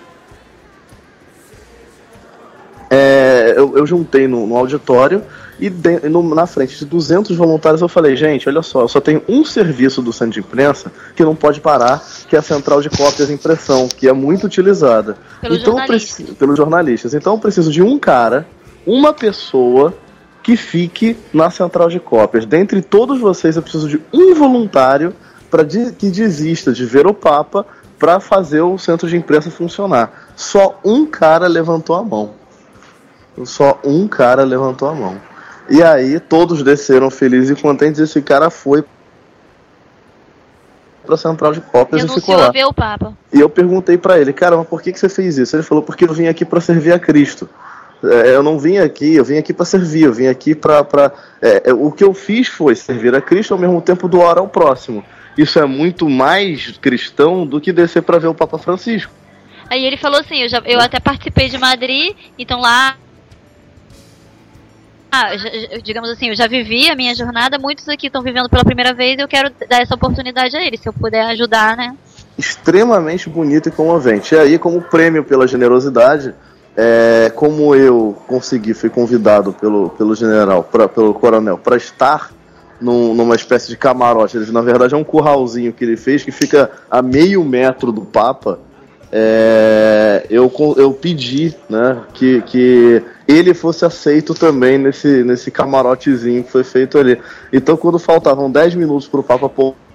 é, eu, eu juntei no, no auditório e de, no, na frente de duzentos voluntários eu falei, gente, olha só, eu só tenho um serviço do centro de imprensa que não pode parar, que é a central de cópias e impressão, que é muito utilizada Pelo então, jornalista. preci- pelos jornalistas. Então eu preciso de um cara, uma pessoa que fique na central de cópias. Dentre todos vocês eu preciso de um voluntário para de, que desista de ver o Papa para fazer o centro de imprensa funcionar. Só um cara levantou a mão. Só um cara levantou a mão. E aí todos desceram felizes e contentes. Esse cara foi para a central de cópias e ficou lá. Ver o Papa. E eu perguntei para ele, cara, mas por que, que você fez isso? Ele falou, porque eu vim aqui para servir a Cristo. É, eu não vim aqui, eu vim aqui para servir, eu vim aqui para... É, é, o que eu fiz foi servir a Cristo ao mesmo tempo doar ao próximo. Isso é muito mais cristão do que descer para ver o Papa Francisco. Aí ele falou assim, eu, já, eu até participei de Madrid, então lá, ah, já, digamos assim, eu já vivi a minha jornada, muitos aqui estão vivendo pela primeira vez, eu quero dar essa oportunidade a eles, se eu puder ajudar, né? Extremamente bonito e comovente. E aí, como prêmio pela generosidade, é, como eu consegui, fui convidado pelo, pelo general, pra, pelo coronel, para estar num, numa espécie de camarote. Ele, na verdade é um curralzinho que ele fez que fica a meio metro do Papa. É, eu, eu pedi, né, que, que ele fosse aceito também nesse, nesse camarotezinho que foi feito ali. Então, quando faltavam dez minutos para o Papa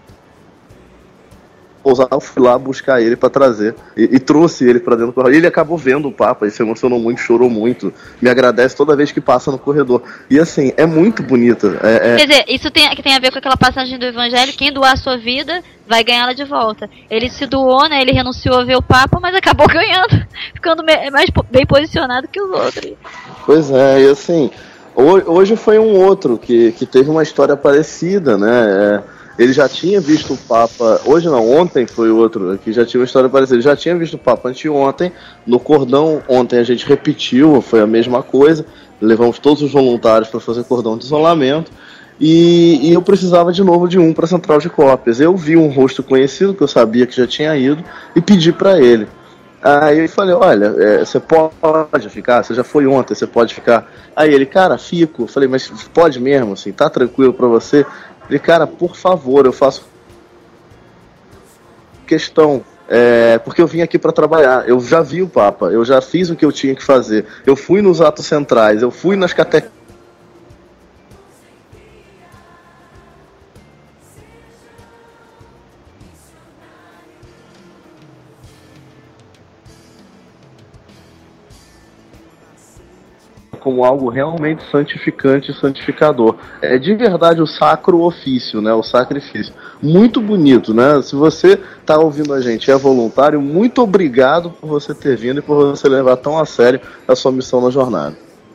pousar, eu fui lá buscar ele para trazer e, e trouxe ele para dentro do corredor. Ele acabou vendo o Papa, ele se emocionou muito, chorou muito, me agradece toda vez que passa no corredor. E assim, é muito bonito. É, é... Quer dizer, isso tem, tem a ver com aquela passagem do Evangelho: quem doar a sua vida vai ganhá-la de volta. Ele se doou, né? Ele renunciou a ver o Papa, mas acabou ganhando, ficando mais bem posicionado que os outros. Pois é, e assim, hoje foi um outro que, que teve uma história parecida, né? É, ele já tinha visto o Papa, hoje não, ontem foi outro que já tinha uma história parecida. Ele já tinha visto o Papa anteontem, no cordão ontem a gente repetiu, foi a mesma coisa, levamos todos os voluntários para fazer cordão de isolamento. E, e eu precisava de novo de um para a central de cópias. Eu vi um rosto conhecido, que eu sabia que já tinha ido, e pedi para ele. Aí eu falei, olha, é, você pode ficar? Você já foi ontem, você pode ficar? Aí ele, cara, fico. Eu falei, mas pode mesmo, assim, tá tranquilo para você? Ele, cara, por favor, eu faço questão, é, porque eu vim aqui para trabalhar. Eu já vi o Papa, eu já fiz o que eu tinha que fazer. Eu fui nos atos centrais, eu fui nas catequeses. Como algo realmente santificante e santificador. É de verdade o sacro ofício, né? O sacrifício. Muito bonito, né? Se você está ouvindo a gente e é voluntário, muito obrigado por você ter vindo e por você levar tão a sério a sua missão na jornada.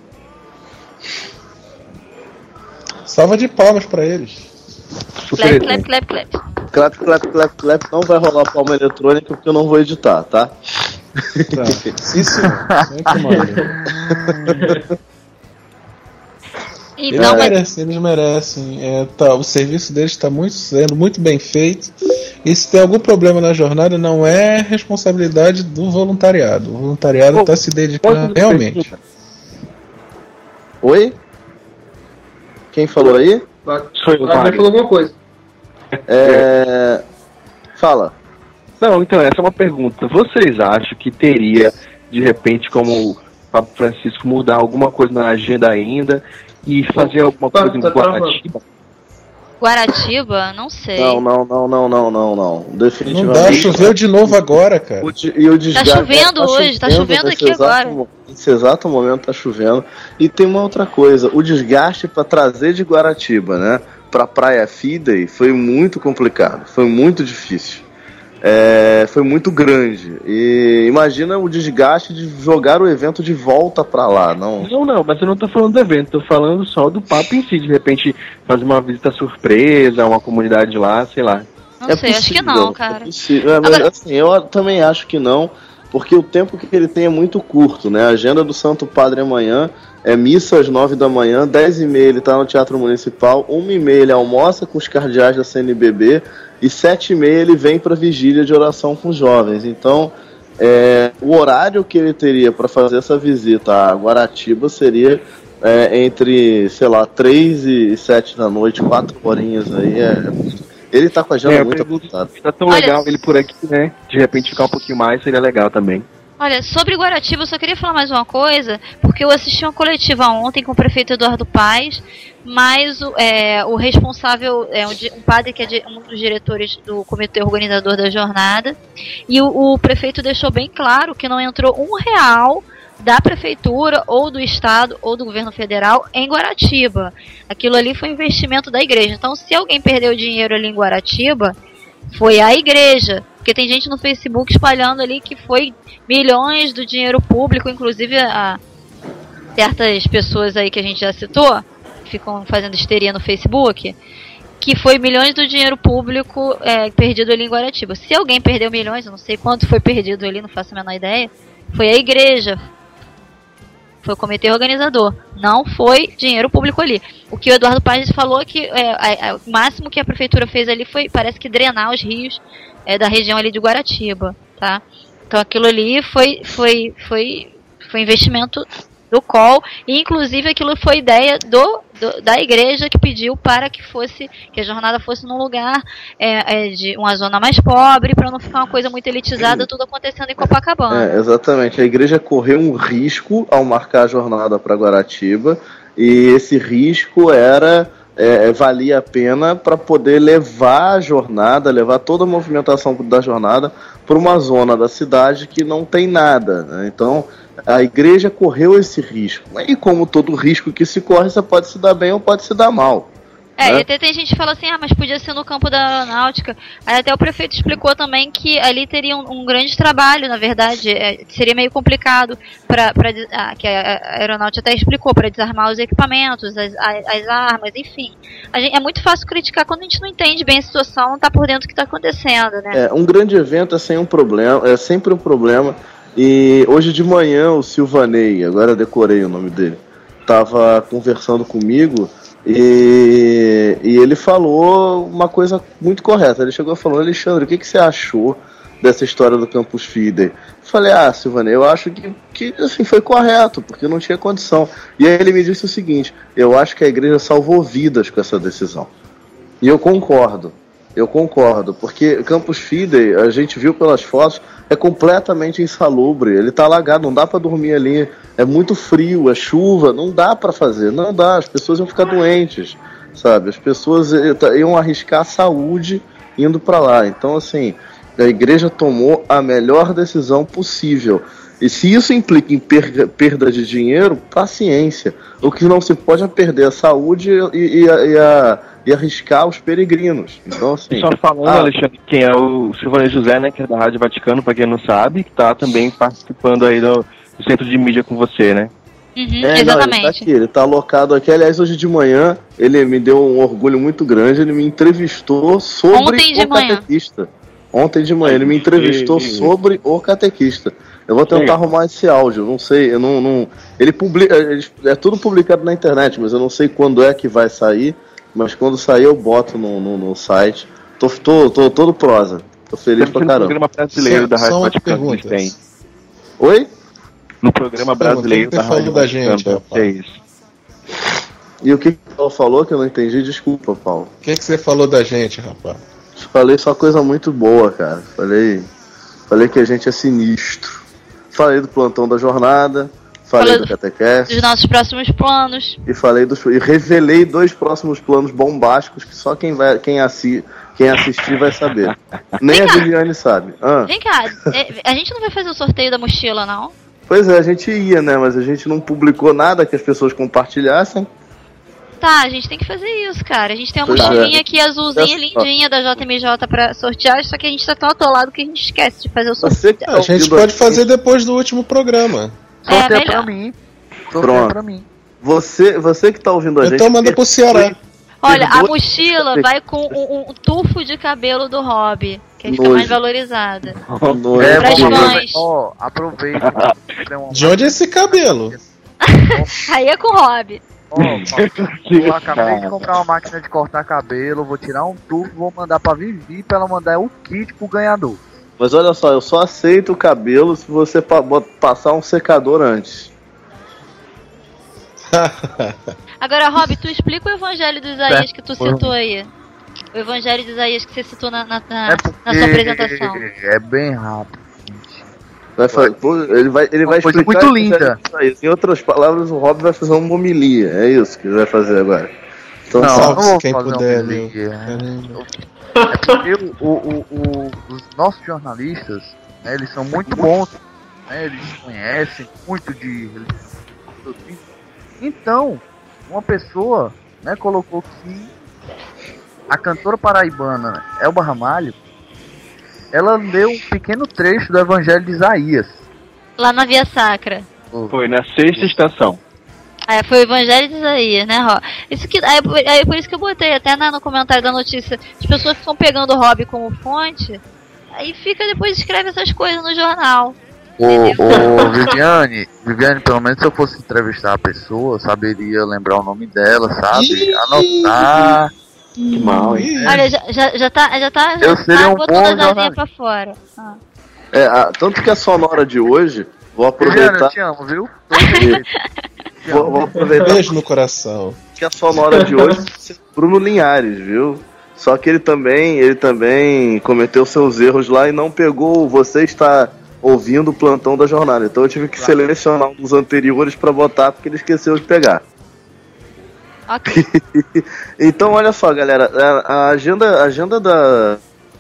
Salva de palmas para eles. Clap, clap, clap, clap. Clap, clap, clap, clap. Não vai rolar palma eletrônica porque eu não vou editar, tá? Tá. Isso, muito mano. Então, Eles mas... merecem, eles merecem. É, tá, o serviço deles está muito, sendo muito bem feito. E se tem algum problema na jornada, não é responsabilidade do voluntariado. O voluntariado está se dedicando realmente. Oi? Quem falou aí? Foi o Mário. Falou alguma coisa. É... Fala. Não, então, essa é uma pergunta. Vocês acham que teria, de repente, como o Papa Francisco, mudar alguma coisa na agenda ainda e fazer alguma tá, coisa tá, em Guaratiba? Guaratiba? Não sei. Não, não, não, não, não, não, não. Definitivamente. Não dá, choveu de novo agora, cara. O de, e o desgaste, tá chovendo tá hoje, tá chovendo aqui agora. Nesse exato momento tá chovendo. E tem uma outra coisa, o desgaste para trazer de Guaratiba, né, pra Praia Fidei foi muito complicado, foi muito difícil. É, foi muito grande. E imagina o desgaste de jogar o evento de volta pra lá. Não, não, não, mas eu não tô falando do evento, tô falando só do Papa em si. De repente fazer uma visita surpresa a uma comunidade lá, sei lá. Não é sei, possível, acho que não, cara. É possível. É, mas, Agora... assim, eu também acho que não, porque o tempo que ele tem é muito curto, né? A agenda do Santo Padre amanhã é missa às nove da manhã, dez e meia ele tá no Teatro Municipal, uma e meia ele almoça com os cardeais da C N B B e sete e meia ele vem para vigília de oração com os jovens. Então, é, o horário que ele teria para fazer essa visita a Guaratiba seria é, entre, sei lá, três e sete da noite, quatro horinhas aí. É, ele tá com a agenda é, muito apertada. Tá tão Olha, legal ele por aqui, né? De repente ficar um pouquinho mais seria legal também. Olha, sobre Guaratiba, eu só queria falar mais uma coisa, porque eu assisti uma coletiva ontem com o prefeito Eduardo Paes, mas o, é, o responsável é um, um padre que é um dos diretores do comitê organizador da jornada, e o, o prefeito deixou bem claro que não entrou um real da prefeitura, ou do estado, ou do governo federal em Guaratiba. Aquilo ali foi investimento da igreja. Então, se alguém perdeu dinheiro ali em Guaratiba, foi a igreja. Porque tem gente no Facebook espalhando ali que foi milhões do dinheiro público, inclusive a certas pessoas aí que a gente já citou, que ficam fazendo histeria no Facebook, que foi milhões do dinheiro público é, perdido ali em Guaratiba. Se alguém perdeu milhões, eu não sei quanto foi perdido ali, não faço a menor ideia, foi a igreja, foi o comitê organizador, não foi dinheiro público ali. O que o Eduardo Paes falou é que é, a, a, o máximo que a prefeitura fez ali foi, parece que drenar os rios é, da região ali de Guaratiba, tá? Então aquilo ali foi, foi, foi, foi investimento do C O L, e inclusive aquilo foi ideia do do, da igreja que pediu para que fosse, que a jornada fosse num lugar é, é, de uma zona mais pobre, para não ficar uma coisa muito elitizada, tudo acontecendo em Copacabana. É, exatamente. A igreja correu um risco ao marcar a jornada para Guaratiba, e esse risco era é, valia a pena para poder levar a jornada, levar toda a movimentação da jornada para uma zona da cidade que não tem nada, né? Então a igreja correu esse risco. E como todo risco que se corre, você pode se dar bem ou pode se dar mal. É, né? E até tem gente que fala assim, ah, mas podia ser no campo da aeronáutica. Aí até o prefeito explicou também que ali teria um, um grande trabalho, na verdade, é, seria meio complicado para ah, que a, a aeronáutica até explicou, para desarmar os equipamentos, as, as, as armas, enfim. A gente, é muito fácil criticar quando a gente não entende bem a situação, não está por dentro do que está acontecendo, né? É, um grande evento é sem um problema, é sempre um problema. E hoje de manhã o Silvanei, agora eu decorei o nome dele, estava conversando comigo e, e ele falou uma coisa muito correta. Ele chegou falando: Alexandre, o que, que você achou dessa história do Campus Feeder? Eu falei: ah, Silvanei, eu acho que, que assim, foi correto, porque não tinha condição. E aí ele me disse o seguinte: eu acho que a igreja salvou vidas com essa decisão. E eu concordo. Eu concordo, porque Campus Feeder, a gente viu pelas fotos, é completamente insalubre, ele tá alagado, não dá pra dormir ali, é muito frio, é chuva, não dá pra fazer, não dá, as pessoas iam ficar doentes, sabe, as pessoas iam arriscar a saúde indo pra lá. Então, assim, a igreja tomou a melhor decisão possível, e se isso implica em per- perda de dinheiro, paciência. O que não se pode é perder a saúde e, e, a, e, a, e arriscar os peregrinos. Então, assim, só falando, ah, Alexandre, quem é o Silvanei José, né, que é da Rádio Vaticano, para quem não sabe, que tá também participando aí do, do centro de mídia com você, né? Uhum, é, exatamente. Não, ele tá aqui, ele tá alocado aqui. Aliás, hoje de manhã, ele me deu um orgulho muito grande, ele me entrevistou sobre Ontem de o manhã. catequista. Ontem de manhã, ele me entrevistou sobre o catequista. Eu vou tentar Legal. arrumar esse áudio, eu não sei, eu não, não ele publica, ele- é tudo publicado na internet, mas eu não sei quando é que vai sair, mas quando sair eu boto no, no, no site. Tô, tô, tô todo prosa, tô feliz Deve pra ser no caramba. programa brasileiro Só- da Rádio só uma Vaticano que pergunta. eles têm. Oi? No programa Só uma brasileiro pergunta, da falou Rádio da Vaticano, gente, deve rapaz. ser isso. E o que que o Paulo falou que eu não entendi? Desculpa, Paulo. O que, que você falou da gente, rapaz? Falei só coisa muito boa, cara. Falei, falei que a gente é sinistro. Falei do plantão da jornada, falei Falou do do- catequese Dos nossos próximos planos. e falei dos e revelei dois próximos planos bombásticos que só quem vai quem, assi, quem assistir vai saber. Nem a Vem cá. Viviane sabe. Ah, Vem cá, é, a gente não vai fazer o sorteio da mochila, não? pois é, a gente ia, né? Mas a gente não publicou nada que as pessoas compartilhassem. Tá, a gente tem que fazer isso, cara. A gente tem uma Pois é. mochilinha aqui azulzinha, Olha só. lindinha, da J M J pra sortear, só que a gente tá tão atolado que a gente esquece de fazer o sorteio. Você que tá A gente ouvindo pode aqui- fazer depois do último programa. É, Sorteia melhor. pra mim. Sorteia Pronto. pra mim. Você, você que tá ouvindo a gente. Então manda pro Ceará. Olha, a Perdoa- mochila vai com um, um tufo de cabelo do Hobby, que aí fica Nojo. mais valorizada. No- É, Pras vamos mães. aproveitar. Ó, aproveita. Tem uma- De onde é esse cabelo? Aí é com o Hobby. Ó, eu acabei de comprar uma máquina de cortar cabelo, vou tirar um tufo, vou mandar pra Vivi pra ela mandar o kit pro ganhador. Mas olha só, eu só aceito o cabelo se você pa- bot- passar um secador antes. Agora, Hobby, tu explica o evangelho de Isaías que tu Por- citou aí. O evangelho de Isaías que você citou na, na, na- É porque na sua apresentação. é bem rápido. Vai fa- pô, ele vai, ele Uma vai coisa explicar muito isso, linda. isso aí. Em outras palavras, o Rob vai fazer uma homilia. É isso que ele vai fazer agora. Então, Não, só- salve não vou quem fazer puder, uma viu? homilia. É porque o, o, o- o- os nossos jornalistas, né, eles são muito bons, né, eles conhecem muito de religião. Então, uma pessoa, né, colocou que a cantora paraibana Elba Ramalho, ela leu um pequeno trecho do Evangelho de Isaías. Lá na Via Sacra. Foi na sexta estação. É, foi o Evangelho de Isaías, né, Rob? Isso que, aí, por- aí por isso que eu botei até na, no comentário da notícia. As pessoas ficam pegando o Rob como fonte, aí fica depois escreve essas coisas no jornal. Ô, ô, Viviane, Viviane, pelo menos se eu fosse entrevistar a pessoa, eu saberia lembrar o nome dela, sabe? Anotar. Que mal, hein? Olha, já, já, já tá, já tá, já Eu seria tá um botando bom as asinhas jornalista. pra fora. Ah. é, a- tanto que a sonora de hoje, vou Viviane, eu aproveitar. te amo, viu? Todo jeito. vou, vou aproveitar. Beijo no coração. Que a sonora de hoje é Bruno Linhares, viu? Só que ele também, ele também cometeu seus erros lá e não pegou. Você está ouvindo o plantão da jornada. Então eu tive que claro. selecionar um dos anteriores para botar porque ele esqueceu de pegar. Ok. Então olha só, galera, a, a agenda, a agenda da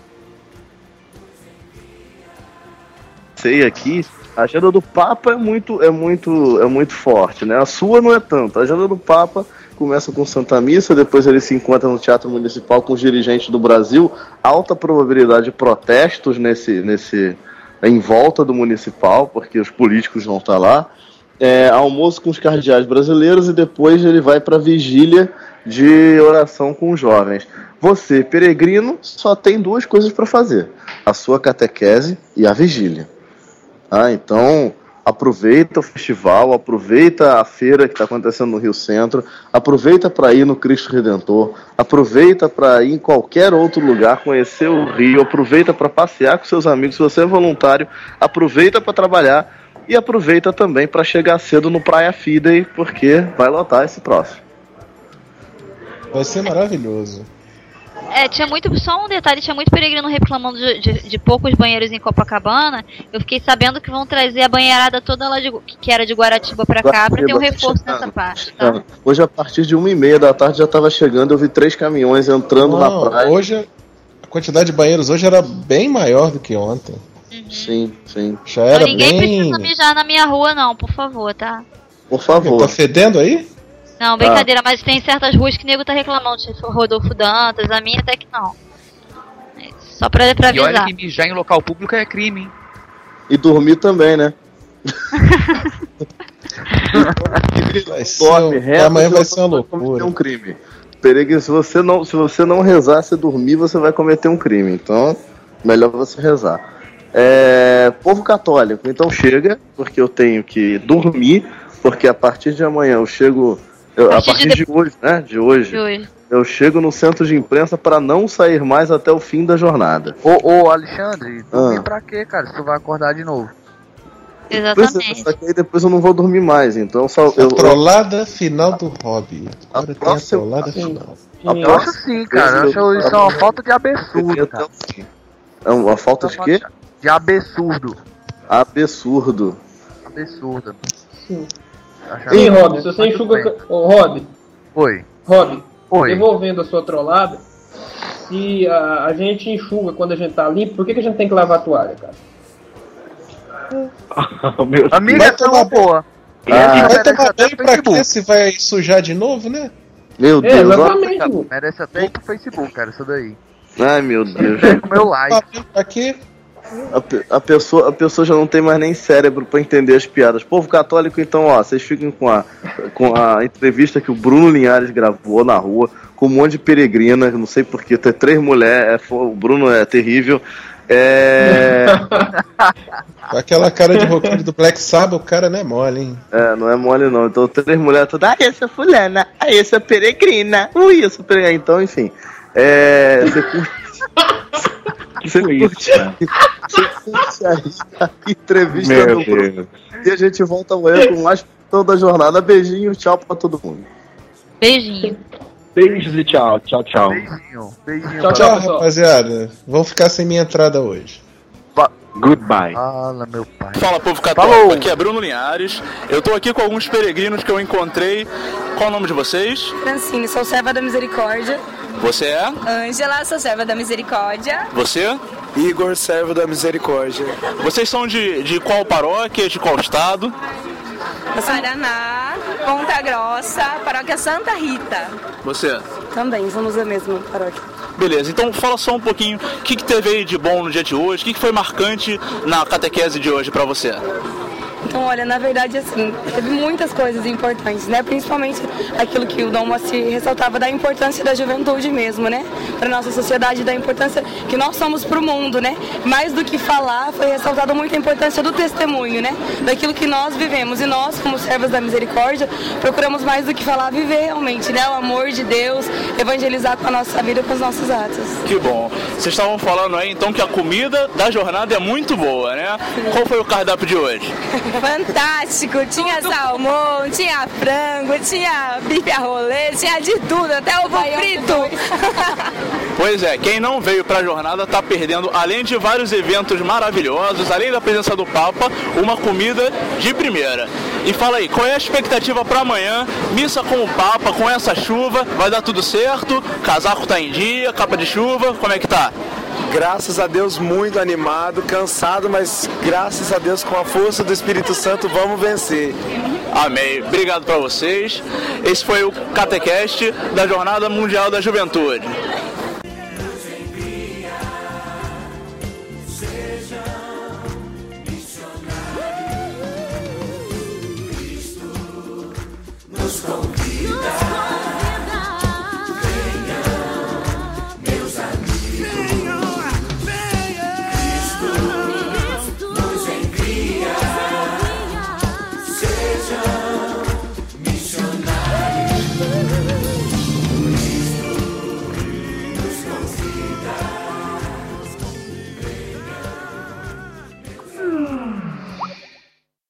sei aqui, a agenda do Papa é muito, é muito, é muito forte, né? A sua não é tanto. A agenda do Papa começa com Santa Missa, depois ele se encontra no Teatro Municipal com os dirigentes do Brasil, alta probabilidade de protestos nesse, nesse, em volta do Municipal, porque os políticos vão estar lá, é, almoço com os cardeais brasileiros e depois ele vai para a vigília de oração com os jovens. Você, peregrino, só tem duas coisas para fazer, a sua catequese e a vigília. Ah, então... Aproveita o festival, aproveita a feira que está acontecendo no Rio Centro, aproveita para ir no Cristo Redentor, aproveita para ir em qualquer outro lugar, conhecer o Rio, aproveita para passear com seus amigos, se você é voluntário, aproveita para trabalhar e aproveita também para chegar cedo no Praia Fidei, porque vai lotar esse troço. Vai ser maravilhoso. É, tinha muito, só um detalhe, tinha muito peregrino reclamando de, de, de poucos banheiros em Copacabana. Eu fiquei sabendo que vão trazer a banheirada toda lá, de, que era de Guaratiba pra cá, pra ter um reforço tá nessa parte, tá? Hoje, a partir de uma e meia da tarde, já tava chegando, eu vi três caminhões entrando Não, na praia. Hoje, a quantidade de banheiros hoje era bem maior do que ontem. Uhum. Sim, sim. Já era então, ninguém bem... precisa mijar na minha rua, não, por favor, tá? Por favor. Tá fedendo aí? Não, brincadeira, ah. mas tem certas ruas que o nego tá reclamando, tipo Rodolfo Dantas, a minha até que não. Só pra, pra avisar. E olha que mijar em local público é crime, hein? E dormir também, né? vai ser, reto, amanhã vai ser uma loucura. Um crime. Peregrino, se você não, se você não rezar, se dormir, você vai cometer um crime. Então, melhor você rezar. É, povo católico, então chega, porque eu tenho que dormir, porque a partir de amanhã eu chego... Eu, a partir de, de hoje, né? De hoje, de hoje. Eu chego no centro de imprensa para não sair mais até o fim da jornada. Ô, ô Alexandre, dormir ah. pra quê, cara? Se tu vai acordar de novo. Exatamente. Só que aí depois eu não vou dormir mais, então só... A eu, trollada eu... final do hobby. Agora a tem a trollada sim. final. A eu acho sim, cara. Eu acho isso é uma falta de absurdo, cara. É uma falta de quê? De absurdo. Absurdo. Absurdo. Sim. Sim, Rob, se você enxuga... Ô, Rob. Oi. Rob, Oi. devolvendo a sua trollada, se a, a gente enxuga quando a gente tá limpo, por que, que a gente tem que lavar a toalha, cara? Oh, amiga, tá uma boa. Ah, vai tomar banho pra quê? Se vai sujar de novo, né? Meu Deus. É, exatamente. Cara, merece até ir pro Facebook, cara, isso daí. Ai, meu Deus. Pega o meu like. Pra quê? A, a, pessoa, a pessoa já não tem mais nem cérebro pra entender as piadas. Povo católico, então, ó, vocês ficam com a, com a entrevista que o Bruno Linhares gravou na rua, com um monte de peregrina, não sei porquê, tem três mulheres, é, o Bruno é terrível. É. Com aquela cara de roqueiro do Black Sabbath, o cara não é mole, hein? É, não é mole não. Então, três mulheres todas, ah, essa é fulana, ah, essa é peregrina, ui, essa é peregrina. Então, enfim, é. Você curte. Você curte, você curte a entrevista Meu do Bruno. E a gente volta amanhã com mais toda a jornada. Beijinho, tchau pra todo mundo. Beijinho. Beijos e tchau, tchau, tchau. Beijinho, beijinho. Tchau, tchau, rapaziada. Vão ficar sem minha entrada hoje. Goodbye. Fala, meu pai. Fala, povo católico. Falou. Aqui é Bruno Linhares. Eu tô aqui com alguns peregrinos que eu encontrei. Qual o nome de vocês? Francine, sou serva da misericórdia. Você é? Ângela, sou serva da misericórdia. Você? Igor, servo da misericórdia. Vocês são de, de qual paróquia, de qual estado? Paraná, Ponta Grossa, paróquia Santa Rita. Você? Também, somos da mesma paróquia. Beleza, então fala só um pouquinho, o que, que teve aí de bom no dia de hoje, o que, que foi marcante na catequese de hoje pra você? Então, olha, na verdade, assim, teve muitas coisas importantes, né? Principalmente aquilo que o Dom Moacir ressaltava da importância da juventude mesmo, né? Para nossa sociedade, da importância que nós somos para o mundo, né? Mais do que falar, foi ressaltada muito a importância do testemunho, né? Daquilo que nós vivemos. E nós, como servos da misericórdia, procuramos mais do que falar, viver realmente, né? O amor de Deus, evangelizar com a nossa vida, com os nossos atos. Que bom. Vocês estavam falando aí, então, que a comida da jornada é muito boa, né? Sim. Qual foi o cardápio de hoje? Fantástico, tinha salmão, tinha frango, tinha bife a rolê, tinha de tudo, até ovo frito. Pois é, quem não veio para a jornada está perdendo, além de vários eventos maravilhosos, além da presença do Papa, uma comida de primeira. E fala aí, qual é a expectativa para amanhã? Missa com o Papa, com essa chuva, vai dar tudo certo? Casaco tá em dia, capa de chuva, como é que tá? Graças a Deus, muito animado, cansado, mas graças a Deus, com a força do Espírito Santo, vamos vencer. Amém. Obrigado para vocês. Esse foi o Catecast da Jornada Mundial da Juventude.